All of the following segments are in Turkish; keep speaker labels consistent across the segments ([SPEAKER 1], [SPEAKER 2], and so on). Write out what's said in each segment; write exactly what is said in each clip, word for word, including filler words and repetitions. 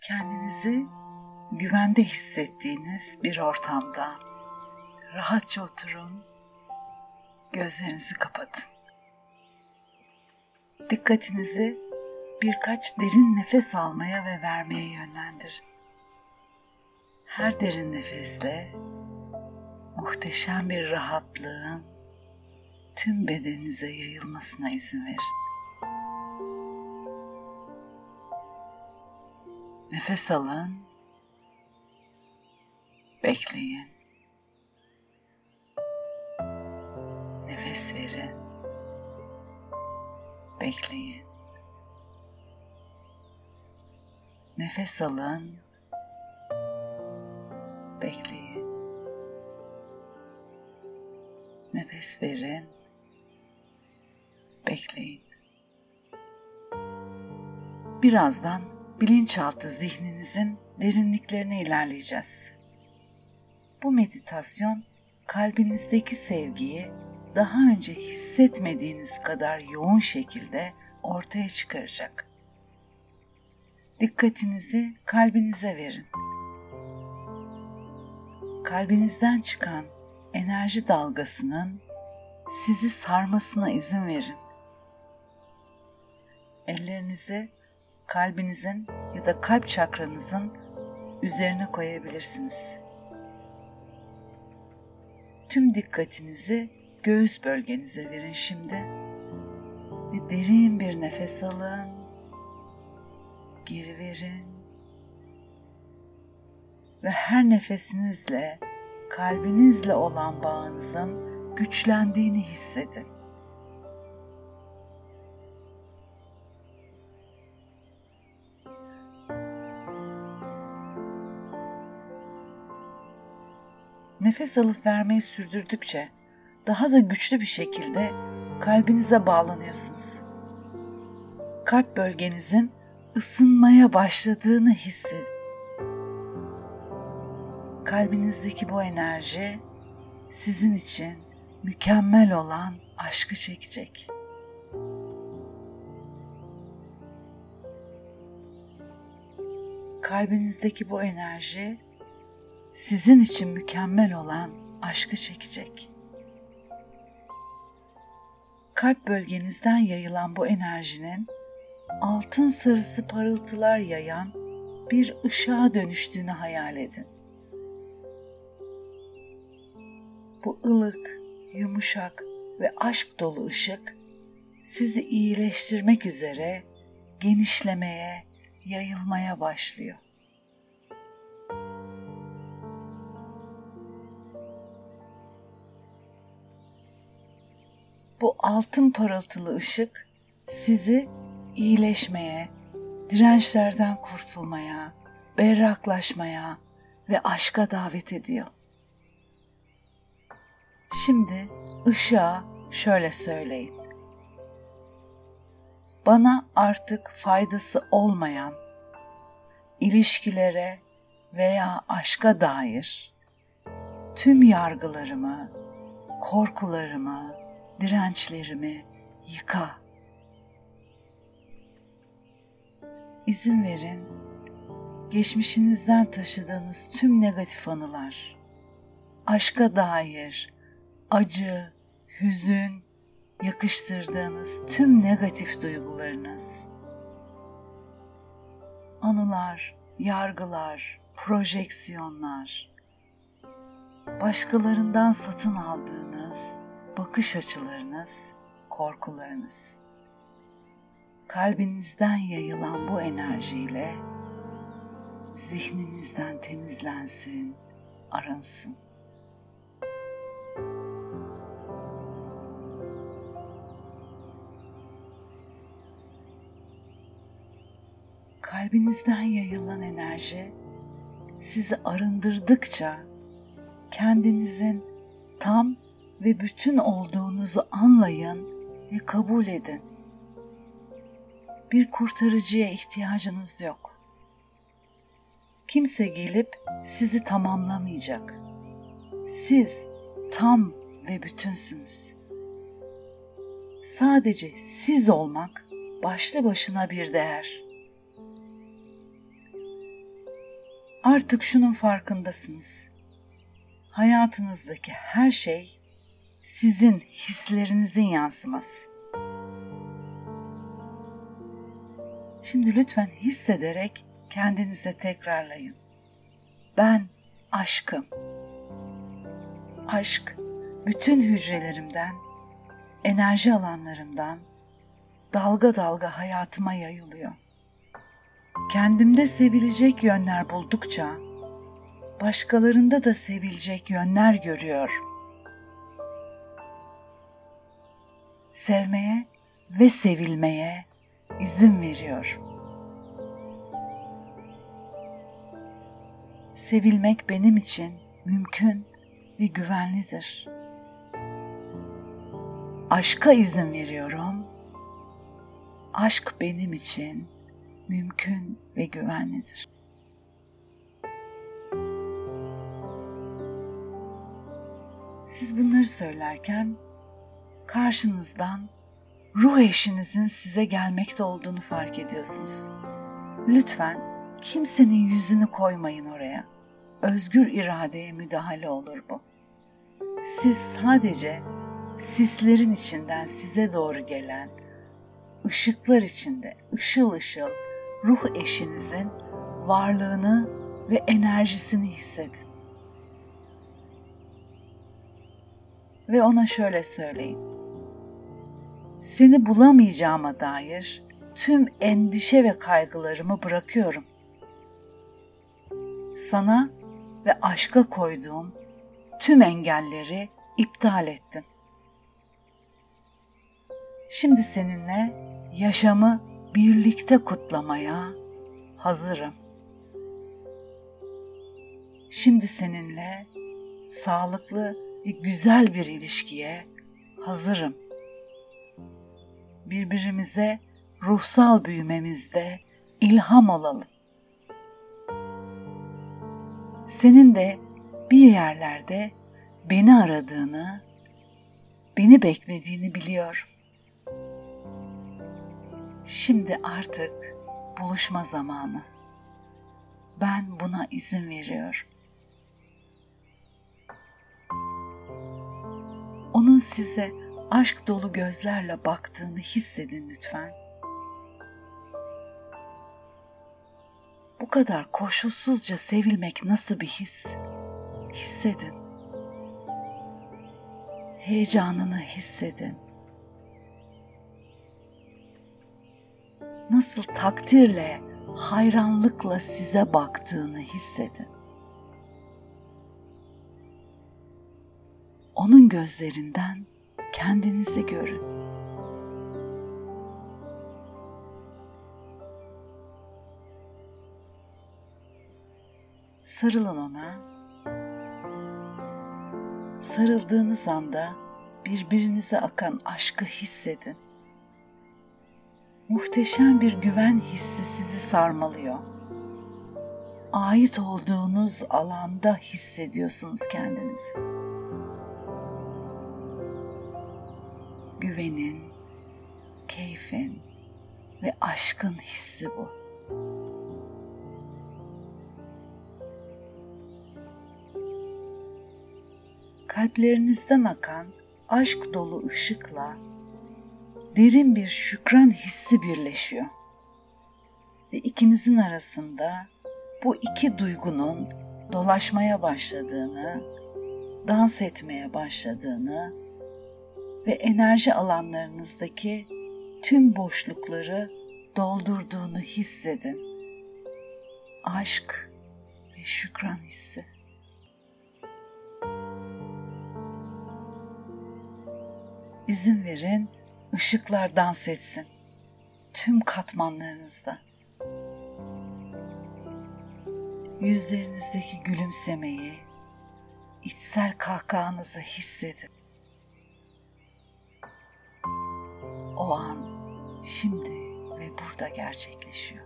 [SPEAKER 1] Kendinizi güvende hissettiğiniz bir ortamda rahatça oturun, gözlerinizi kapatın. Dikkatinizi birkaç derin nefes almaya ve vermeye yönlendirin. Her derin nefesle muhteşem bir rahatlığın tüm bedeninize yayılmasına izin verin. Nefes alın, bekleyin. Nefes verin, bekleyin. Nefes alın, bekleyin. Nefes verin, bekleyin. Birazdan bilinçaltı zihninizin derinliklerine ilerleyeceğiz. Bu meditasyon kalbinizdeki sevgiyi daha önce hissetmediğiniz kadar yoğun şekilde ortaya çıkaracak. Dikkatinizi kalbinize verin. Kalbinizden çıkan enerji dalgasının sizi sarmasına izin verin. Ellerinizi kalbinizin ya da kalp çakranızın üzerine koyabilirsiniz. Tüm dikkatinizi göğüs bölgenize verin şimdi ve derin bir nefes alın, geri verin ve her nefesinizle kalbinizle olan bağınızın güçlendiğini hissedin. Nefes alıp vermeyi sürdürdükçe daha da güçlü bir şekilde kalbinize bağlanıyorsunuz. Kalp bölgenizin ısınmaya başladığını hissedin. Kalbinizdeki bu enerji sizin için mükemmel olan aşkı çekecek. Kalbinizdeki bu enerji sizin için mükemmel olan aşkı çekecek. Kalp bölgenizden yayılan bu enerjinin altın sarısı parıltılar yayan bir ışığa dönüştüğünü hayal edin. Bu ılık, yumuşak ve aşk dolu ışık sizi iyileştirmek üzere genişlemeye, yayılmaya başlıyor. Bu altın parıltılı ışık sizi iyileşmeye, dirençlerden kurtulmaya, berraklaşmaya ve aşka davet ediyor. Şimdi ışığa şöyle söyleyin. Bana artık faydası olmayan ilişkilere veya aşka dair tüm yargılarımı, korkularımı, dirençlerimi yıka. İzin verin, geçmişinizden taşıdığınız tüm negatif anılar, aşka dair acı, hüzün, yakıştırdığınız tüm negatif duygularınız, anılar, yargılar, projeksiyonlar, başkalarından satın aldığınız bakış açılarınız, korkularınız, kalbinizden yayılan bu enerjiyle zihninizden temizlensin, arınsın. Kalbinizden yayılan enerji sizi arındırdıkça kendinizin tam ve bütün olduğunuzu anlayın ve kabul edin. Bir kurtarıcıya ihtiyacınız yok. Kimse gelip sizi tamamlamayacak. Siz tam ve bütünsünüz. Sadece siz olmak başlı başına bir değer. Artık şunun farkındasınız. Hayatınızdaki her şey sizin hislerinizin yansıması. Şimdi lütfen hissederek kendinize tekrarlayın. Ben aşkım. Aşk bütün hücrelerimden, enerji alanlarımdan dalga dalga hayatıma yayılıyor. Kendimde sevilecek yönler buldukça başkalarında da sevilecek yönler görüyorum. Sevmeye ve sevilmeye izin veriyorum. Sevilmek benim için mümkün ve güvenlidir. Aşka izin veriyorum. Aşk benim için mümkün ve güvenlidir. Siz bunları söylerken karşınızdan ruh eşinizin size gelmekte olduğunu fark ediyorsunuz. Lütfen kimsenin yüzünü koymayın oraya. Özgür iradeye müdahale olur bu. Siz sadece sislerin içinden size doğru gelen, ışıklar içinde ışıl ışıl ruh eşinizin varlığını ve enerjisini hissedin. Ve ona şöyle söyleyin. Seni bulamayacağıma dair tüm endişe ve kaygılarımı bırakıyorum. Sana ve aşka koyduğum tüm engelleri iptal ettim. Şimdi seninle yaşamı birlikte kutlamaya hazırım. Şimdi seninle sağlıklı ve güzel bir ilişkiye hazırım. Birbirimize ruhsal büyümemizde ilham olalım. Senin de bir yerlerde beni aradığını, beni beklediğini biliyorum. Şimdi artık buluşma zamanı. Ben buna izin veriyorum. Onun size aşk dolu gözlerle baktığını hissedin lütfen. Bu kadar koşulsuzca sevilmek nasıl bir his? Hissedin. Heyecanını hissedin. Nasıl takdirle, hayranlıkla size baktığını hissedin. Onun gözlerinden kendinizi görün. Sarılın ona. Sarıldığınız anda birbirinize akan aşkı hissedin. Muhteşem bir güven hissi sizi sarmalıyor. Ait olduğunuz alanda hissediyorsunuz kendinizi. Güvenin, keyfin ve aşkın hissi bu. Kalplerinizden akan aşk dolu ışıkla derin bir şükran hissi birleşiyor. Ve ikinizin arasında bu iki duygunun dolaşmaya başladığını, dans etmeye başladığını ve enerji alanlarınızdaki tüm boşlukları doldurduğunu hissedin. Aşk ve şükran hissi. İzin verin, ışıklar dans etsin. Tüm katmanlarınızda. Yüzlerinizdeki gülümsemeyi, içsel kahkahanızı hissedin. O an, şimdi ve burada gerçekleşiyor.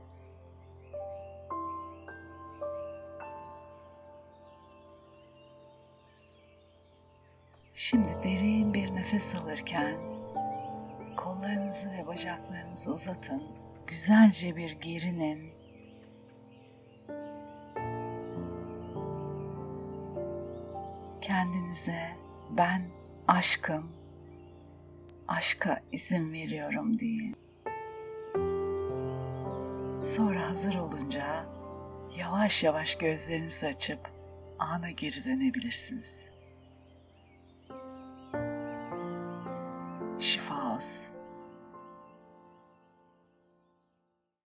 [SPEAKER 1] Şimdi derin bir nefes alırken kollarınızı ve bacaklarınızı uzatın. Güzelce bir gerinin kendinize ben aşkım, aşka izin veriyorum deyin. Sonra hazır olunca yavaş yavaş gözlerinizi açıp ana geri dönebilirsiniz. Şifa olsun.